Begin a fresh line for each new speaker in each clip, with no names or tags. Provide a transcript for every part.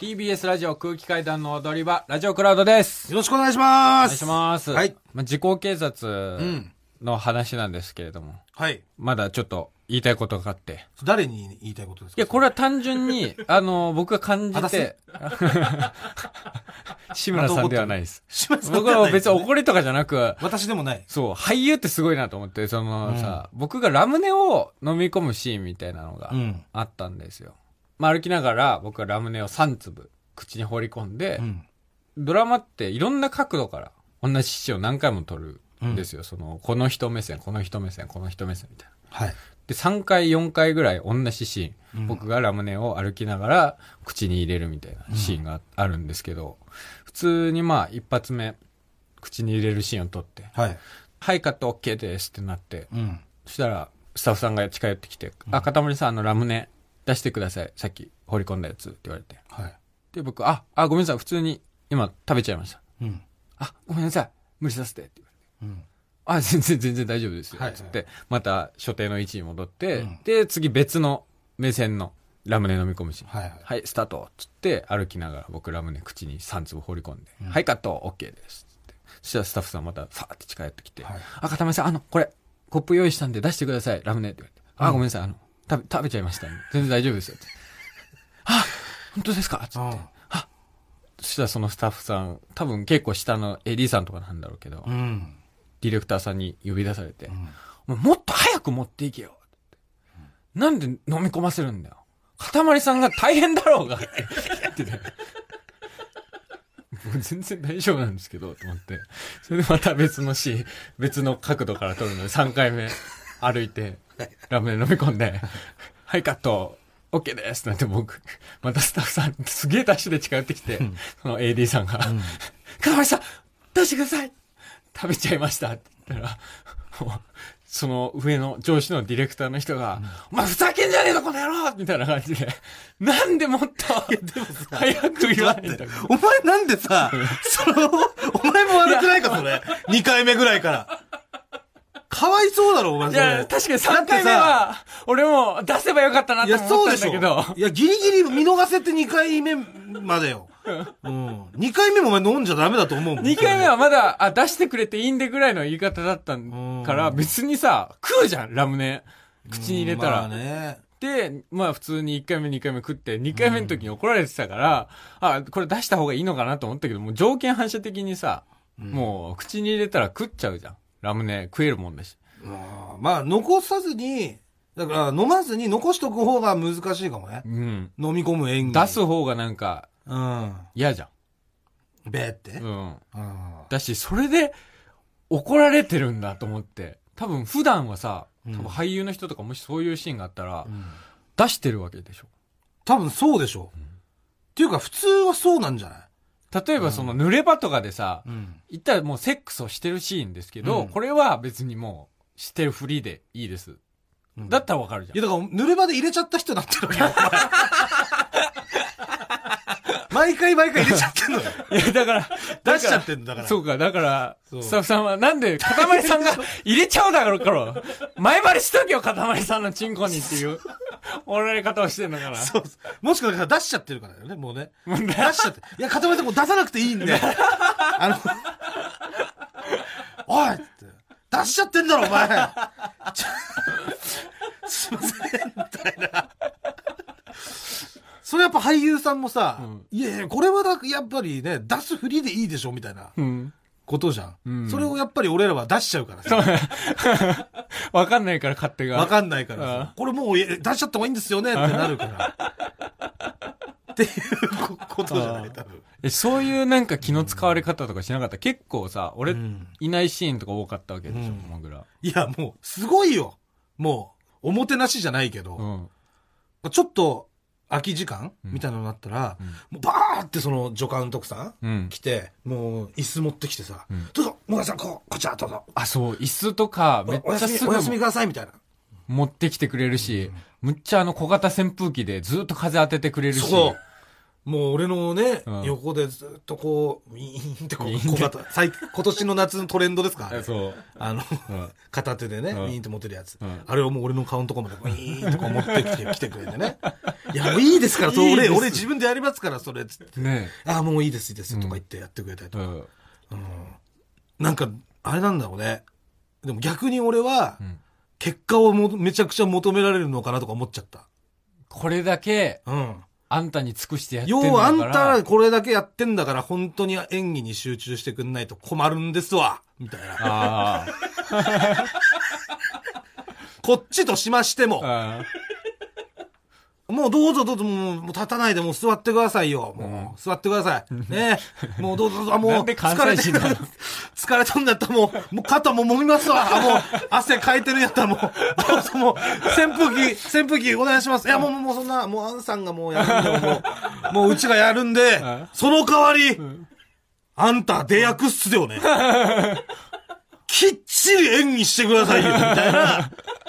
TBS ラジオ空気階段の踊り場、ラジオクラウドです。
よろしくお願いします。
お願いします。
はい。
時効警察の話なんですけれども。
はい。
まだちょっと言いたいことがあって。
誰に言いたいことですか？
いや、これは単純に、僕が感じて、志村さんではないです。
志村さんではないです、ね。
僕は別に怒りとかじゃなく、
私でもない。
そう、俳優ってすごいなと思って、僕がラムネを飲み込むシーンみたいなのがあったんですよ。まあ、歩きながら僕はラムネを3粒口に放り込んで、ドラマっていろんな角度から同じシーンを何回も撮るんですよ。この人目線、この人目線、この人目線みたいな。
はい。
で、3回、4回ぐらい同じシーン、僕がラムネを歩きながら口に入れるみたいなシーンがあるんですけど、普通にまあ一発目、口に入れるシーンを撮って、はい、はい、カット OK ですってなって、そしたらスタッフさんが近寄ってきて、あ、かたまりさんラムネ出してください。さっき放り込んだやつって言われて。はい。で、僕、ごめんなさい。普通に今食べちゃいました。ごめんなさい。無理させてって言われて。全然大丈夫ですよ。はい、つって、また所定の位置に戻って、で、次別の目線のラムネ飲み込むし、はい、スタートつって歩きながら僕ラムネ口に3粒放り込んで、はい、カット OK ですつって。そしたらスタッフさんまたファーって近寄ってきて、かたまりさん、これ、コップ用意したんで出してください、ラムネって言われて。ごめんなさい、食べちゃいました、ね。全然大丈夫ですよって。本当ですかつって。そしたらそのスタッフさん、多分結構下の AD さんとかなんだろうけど、ディレクターさんに呼び出されて、もっと早く持っていけよって。なんで飲み込ませるんだよ。かたまりさんが大変だろうがって言ってて。僕全然大丈夫なんですけど、と思って。それでまた別の角度から撮るので3回目歩いて、ラムネ飲み込んで、はい、カット。OK ですなんて僕、またスタッフさん、すげえダッシュで近寄ってきて、その AD さんが、かたまりさん、出してください食べちゃいましたって言ったら、その上の上司のディレクターの人が、お前ふざけんじゃねえぞこの野郎みたいな感じで、なんでもっと、早く言わないんだ
お前なんでさ、お前も悪くないかそれ。2回目ぐらいから。かわいそうだろ、お前それ。
いや、確かに3回目は、俺も出せばよかったなと思ったんだけど。
いや、ギリギリ見逃せて2回目までよ。2回目もお前飲んじゃダメだと思うもん。
2回目はまだ、出してくれていいんでぐらいの言い方だったから、別にさ、食うじゃん、ラムネ。口に入れたら。まあね。で、まあ普通に1回目2回目食って、2回目の時に怒られてたから、これ出した方がいいのかなと思ったけど、もう条件反射的にさ、もう口に入れたら食っちゃうじゃん。ラムネ食えるもんだし。
まあ、残さずに、だから飲まずに残しとく方が難しいかもね。飲み込む演技。
出す方がなんか、嫌じゃん。
べーって。
だし、それで怒られてるんだと思って。多分普段はさ、多分俳優の人とかもしそういうシーンがあったら、出してるわけでしょ。
多分そうでしょ。っていうか普通はそうなんじゃない？
例えば濡れ場とかでさ、言ったらもうセックスをしてるシーンですけど、これは別にもうしてるフリーでいいです。だったらわかるじゃん。
いやだから濡れ場で入れちゃった人だってるわけよ。毎回入れちゃってんのよ。
いやだから、
出しちゃってんだから。
そうか、だから、スタッフさんはなんで、かたまりさんが入れちゃうだろうから、前張りしとけよ、かたまりさんのチンコにっていう、おられ方をしてんのかな。
そう。もしくは出しちゃってるからだよね、もうね。出しちゃって。いや、かたまりさんもう出さなくていいんで。おいって。出しちゃってんだろ、お前。すいません、みたいな。それやっぱ俳優さんもさ、いやいや、これはやっぱりね、出すふりでいいでしょ、みたいなことじゃん。それをやっぱり俺らは出しちゃうからさ。
わかんないから、勝手が。
わかんないからさ。これもう出しちゃった方がいいんですよね、ってなるから。っていうことじゃない、多分。
そういうなんか気の使われ方とかしなかった？結構さ、俺、いないシーンとか多かったわけでしょ、もぐら。
いや、もう、すごいよ。もう、おもてなしじゃないけど、ちょっと、空き時間みたいなのがあったら、もうバーってその助監督さん来て、もう椅子持ってきてさ、どうぞ、もがさん、こちらどうぞ。
そう、椅子とか、めっちゃすぐ
お休みくださいみたいな。
持ってきてくれるし、むっちゃ小型扇風機でずっと風当ててくれるし。
そう。もう俺のね、横でずっとこう、ウィーンってこう、小型、今年の夏のトレンドですか？
そう。
片手でね、ウィーンって持ってるやつ。あれをもう俺の顔のとこまでウィーンとか持ってきてくれてね。 いや、もういいですから、俺自分でやりますから、それ、つって。
ね
あ、もういいです、いいです、とか言ってやってくれたりとか。なんか、あれなんだろうね。でも逆に俺は、結果をめちゃくちゃ求められるのかなとか思っちゃった。
これだけ、あんたに尽くしてやってんだから。
要はあんたこれだけやってんだから、本当に演技に集中してくんないと困るんですわ。みたいな。こっちとしましても。もうどうぞ、もう立たないでもう座ってくださいよ。もう座ってください。ね。もうどうぞ、もう疲れたんだったらもう肩も揉みますわ。もう汗かいてるんやったらもう、どうぞもう扇風機お願いします。いやもうそんな、もうアンさんがもうやるんで、もううちがやるんで、その代わり、あんた出役室でよね。きっちり演技してくださいよ、みたいな。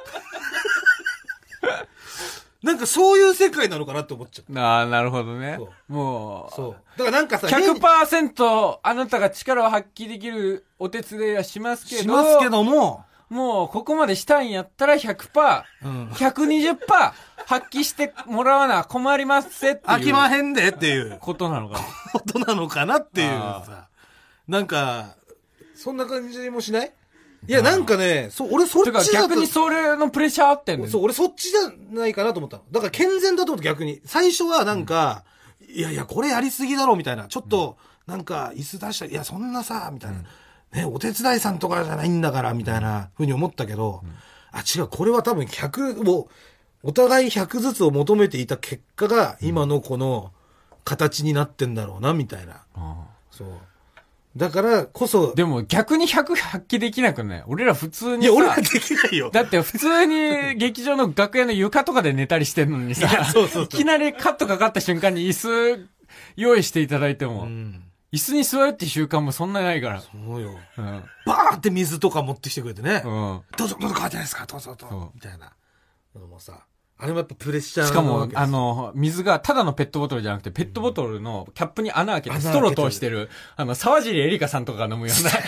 なんかそういう世界なのかなって思っちゃった。
ああ、なるほどね。もう。
そう。だからなんかさ、
100% あなたが力を発揮できるお手伝いはしますけど
も、
もうここまでしたんやったら 100%、120% 発揮してもらわな困りますっていう。
飽きまへんでっていう。
ことなのかな。
ことなのかなっていうさ。なんか、そんな感じもしない？いや、なんかね、俺そっちだと。
逆にそれのプレッシャーあってんのよ。
そう、俺そっちじゃないかなと思ったの。だから健全だと思って逆に。最初はなんか、いや、これやりすぎだろ、みたいな。ちょっと、なんか、椅子出したら、いや、そんなさ、みたいな。ね、お手伝いさんとかじゃないんだから、みたいな風に思ったけど、あ、違う、これは多分100を、お互い100ずつを求めていた結果が、今のこの形になってんだろうな、みたいな。そう。だからこそ。
でも逆に100発揮できなくない？俺ら普通にさ。
いや、俺はできないよ。
だって普通に劇場の楽屋の床とかで寝たりしてんのにさ。いきなりカットかかった瞬間に椅子用意していただいても。椅子に座るって習慣もそんなないから。
そうよ。バーって水とか持ってきてくれてね。どうぞ変わってないですか？どうぞ。みたいな。もうさ。あれもやっぱプレッシャー
しかも、水がただのペットボトルじゃなくて、ペットボトルのキャップに穴開けて、ストロー通してる、沢尻エリカさんとか飲むような。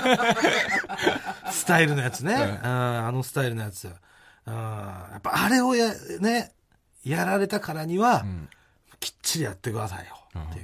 スタイルのやつね。スタイルのやつ。やっぱあれをやられたからには、きっちりやってくださいよ。っていう。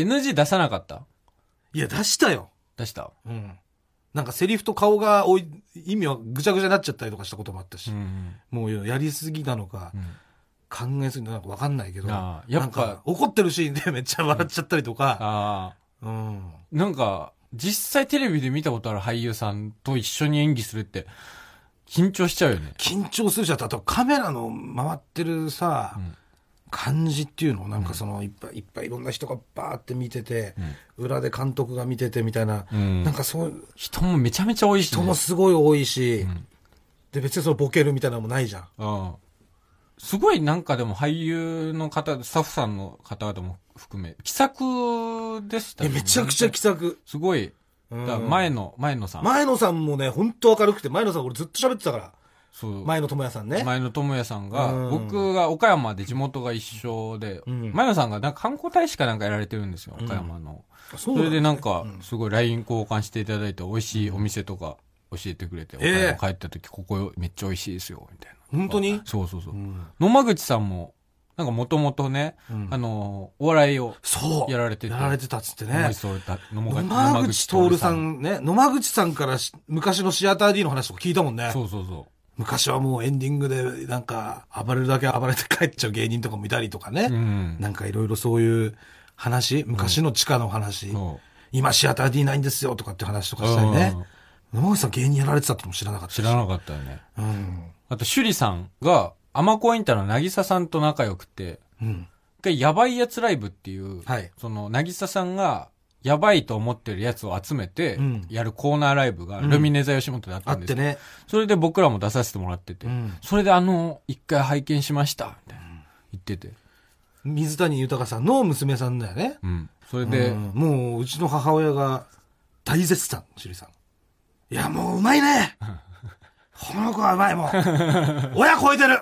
NG 出さなかった？
いや、出したよ。
出した？
なんかセリフと顔が意味はぐちゃぐちゃになっちゃったりとかしたこともあったし、もうやりすぎなのか、考えすぎなのか分かんないけど、やっぱ怒ってるシーンでめっちゃ笑っちゃったりとか、
なんか実際テレビで見たことある俳優さんと一緒に演技するって緊張しちゃうよね。
緊張するし、あとカメラの回ってるさ、感じっていうのをなんかいっぱいいろんな人がバーって見てて、裏で監督が見ててみたいな、なんかそういう
人もめちゃめちゃ多いし、
人もすごい多いし、で別にボケるみたいなのもないじゃん。
すごいなんかでも俳優の方、スタッフさんの方々も含め気さくでしたね。
めちゃくちゃ気さく。
すごい。前野さん。
前野さんもね、ほんと明るくて、前野さん俺ずっと喋ってたから。前野智也さんね。
前野智也さんが、僕が岡山で地元が一緒で、前野さんがなんか観光大使かなんかやられてるんですよ、岡山の。それでなんか、すごい LINE 交換していただいて、美味しいお店とか教えてくれて、岡山帰った時、ここめっちゃ美味しいですよ、みたいな。
本当に？
そう。野間口さんも、なんかもともとね、お笑いをやられてて。
やられてたっつってね。
野
間口徹さんね。野間口さんから昔のシアター D の話とか聞いたもんね。
そう。
昔はもうエンディングでなんか暴れるだけ暴れて帰っちゃう芸人とかもいたりとかね。なんかいろいろそういう話、昔の地下の話、今シアター D ないんですよとかって話とかしたりね。野間口さん芸人やられてたっても知らなかったし。
知らなかったよね。あと、趣里さんが、アマコインタの渚さんと仲良くて、一回やばいやつライブっていう、その渚さんがやばいと思ってるやつを集めて、やるコーナーライブが、ルミネ座吉本であったんですよ。あってね。それで僕らも出させてもらってて、それで一回拝見しました、みたいな言ってて。
水谷豊さんの娘さんだよね。
それで、
もううちの母親が大絶賛、趣里さん。いや、もううまいねこの子はうまいもん親超えてる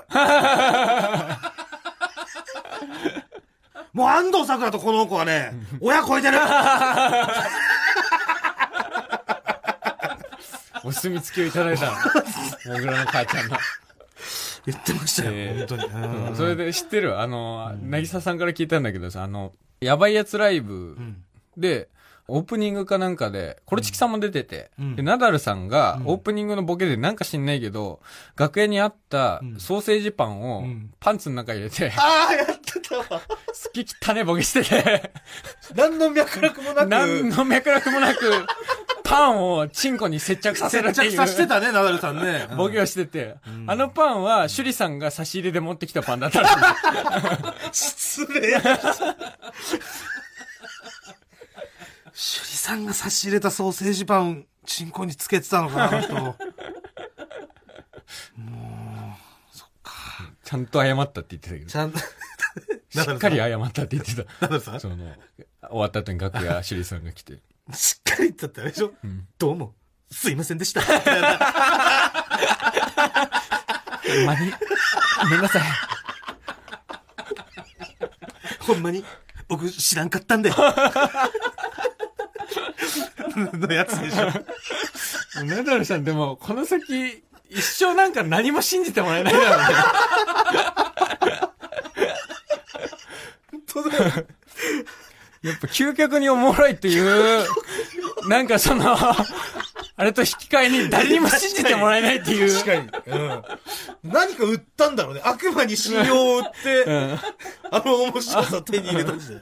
もう安藤サクラとこの子はね、親超えてるお
墨付きをいただいたの。もぐらの母ちゃんの。
言ってましたよ、本当に。
それで知ってる渚さんから聞いたんだけどさ、やばいやつライブで、オープニングかなんかで、コルチキさんも出てて、で、ナダルさんがオープニングのボケでなんか知んないけど、楽屋にあったソーセージパンをパンツの中に入れて、
ああ、やってたわ。
すっげえ汚ねボケしてて、
何の脈絡もなく。
何の脈絡もなく、パンをチンコに接着させるっていう。
接着させてたね、ナダルさんね。
ボケをしてて、あのパンは、シュリさんが差し入れで持ってきたパンだったらしい。
失礼。シュリさんが差し入れたソーセージパン、チンコにつけてたのかな、あの人。もう、そっか。
ちゃんと謝ったって言ってたけど。
ちゃんと、
しっかり謝ったって言ってた。
ナダルさん
終わった後に楽屋、シュリさんが来て。
しっかり言ったってあれでしょ、どうも、すいませんでした。
ほんまに、ごめんなさい。
ほんまに、僕知らんかったんで。のやつでしょ。
ナダルさんでも、この先、一生なんか何も信じてもらえないだろうね。
本当だよ。
やっぱ究極におもろいっていう、なんかあれと引き換えに誰にも信じてもらえないっていう。
確かに。何か売ったんだろうね。悪魔に信用を売って、あの面白さを手に入れたんですよ。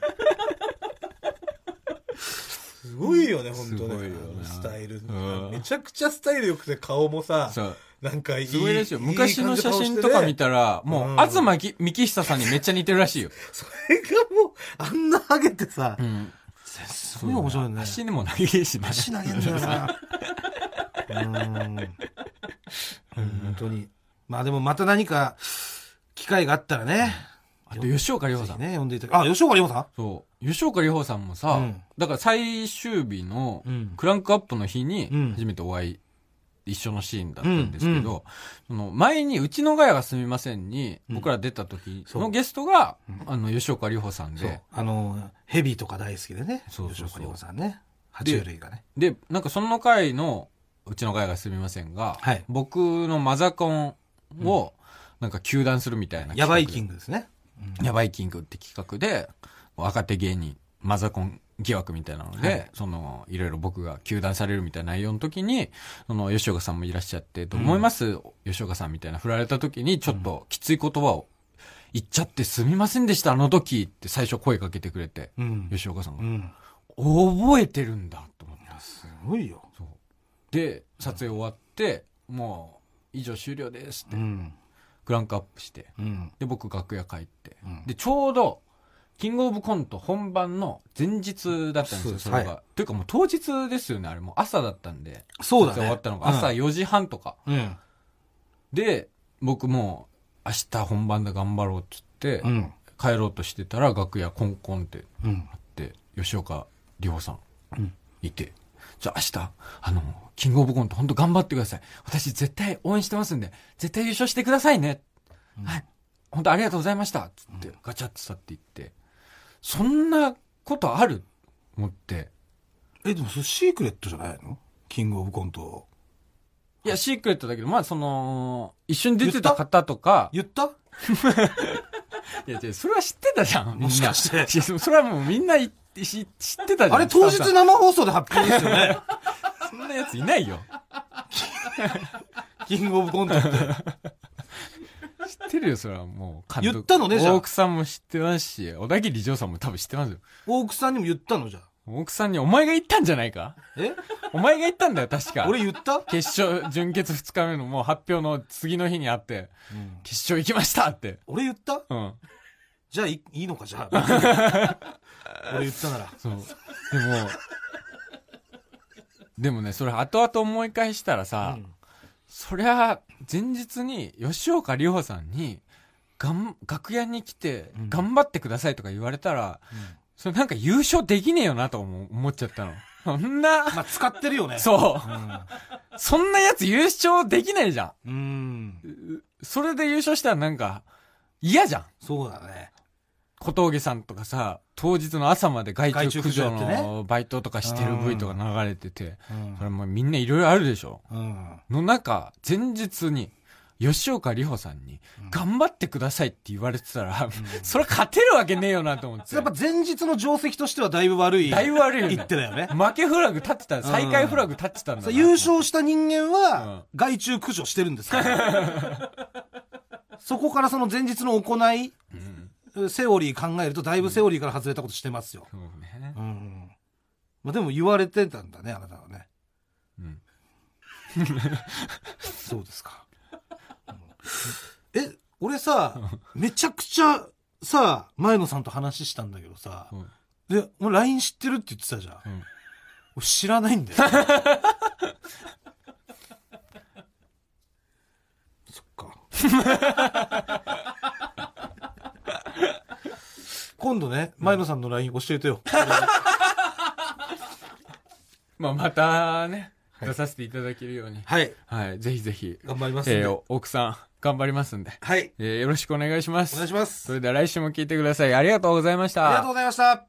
すごいよね、本当ね。
すごいよね。
スタイル。めちゃくちゃスタイル良くて顔もさ、なんかいい。
すごいですよ。昔の写真とか見たら、もう、東幹久さんにめっちゃ似てるらしいよ。
それがもう、あんなハゲてさ、すごい面白いね。
足にも投げるしね。
足投げんだよな。本当に。まあでもまた何か、機会があったらね。
あと、吉岡里帆さん。
ね、呼んでいただ吉岡里帆さん
そう。吉岡里帆さんもさ、だから最終日のクランクアップの日に初めてお会い、一緒のシーンだったんですけど、前にうちのガヤがすみませんに、僕ら出た時のゲストが、吉岡里帆さんで。
ヘビとか大好きでね。吉岡里帆さんね。爬虫類がね。
で、なんかその回のうちのガヤがすみませんが、僕のマザコンをなんか糾弾するみたいな。
ヤバイキングですね。
ヤバイキングって企画で、若手芸人、マザコン疑惑みたいなので、いろいろ僕が糾弾されるみたいな内容の時に、吉岡さんもいらっしゃって、どう思います、吉岡さんみたいな振られた時に、ちょっときつい言葉を言っちゃってすみませんでした、あの時って最初声かけてくれて、吉岡さんが。覚えてるんだと思って。
すごいよ。
で、撮影終わって、もう、以上終了ですって。クランクアップして、で、僕楽屋帰って、で、ちょうど、キングオブコント本番の前日だったんですよ、それが。というかもう当日ですよね、あれもう朝だったんで。
そうだね。
終わったのが朝4時半とか。で、僕もう明日本番で頑張ろうっつって、帰ろうとしてたら楽屋コンコンってあって、吉岡里帆さんいて、じゃあ明日、キングオブコント本当頑張ってください。私絶対応援してますんで、絶対優勝してくださいね。はい。本当ありがとうございました。つって、ガチャッと去って言って。そんなことある思って。
でもそれシークレットじゃないの？キングオブコント。
いや、シークレットだけど、まあ一緒に出てた方とか。
言った？
いや、それは知ってたじゃん。みんな。
もしかして。
それはもうみんな知ってたじゃん。
あれ当日生放送で発表ですよね。
そんなやついないよ。
キングオブコントって。
知ってるよ、それはもう。
言ったのね、じゃあ。
大奥さんも知ってますし、小田切丈さんも多分知ってますよ。
大奥さんにも言ったのじゃあ。
大奥さんにお前が言ったんじゃないか？お前が言ったんだよ、確か。
俺言った？
決勝、準決2日目のもう発表の次の日に会って、決勝行きましたって。
俺言った？じゃあいいのか、じゃあ。俺言ったなら。
そう。でもね、それ後々思い返したらさ、そりゃ、前日に吉岡里帆さんに、楽屋に来て、頑張ってくださいとか言われたら、それなんか優勝できねえよなと思っちゃったの。そんな。
まあ、使ってるよね。
そう。そんなやつ優勝できないじゃん。それで優勝したらなんか、嫌じゃん。
そうだね。
小峠さんとかさ、当日の朝まで害虫駆除のバイトとかしてる V とか流れてて、それもみんないろいろあるでしょ。の中、前日に吉岡里帆さんに、頑張ってくださいって言われてたら、それ勝てるわけねえよなと思って。
やっぱ前日の定石としてはだいぶ悪い。
だいぶ悪いよね。
一手だよね。
負けフラグ立ってた、最下位フラグ立ってたんだな。
優勝した人間は、害虫駆除してるんですから。そこからその前日の行い、セオリー考えるとだいぶセオリーから外れたことしてますよ。
そうね。
まあでも言われてたんだね、あなたはね。そうですか。俺さ、めちゃくちゃさ、前野さんと話したんだけどさ、で、もう LINE 知ってるって言ってたじゃん。俺知らないんだよ。そっか。今度ね、前野さんの LINE 教えてよ。
まあ、またね、出させていただけるように。
はい。
はい。ぜひぜひ。
頑張りますんで。
奥さん、頑張りますんで。
はい。
よろしくお願いします。
お願いします。
それでは来週も聞いてください。ありがとうございました。
ありがとうございました。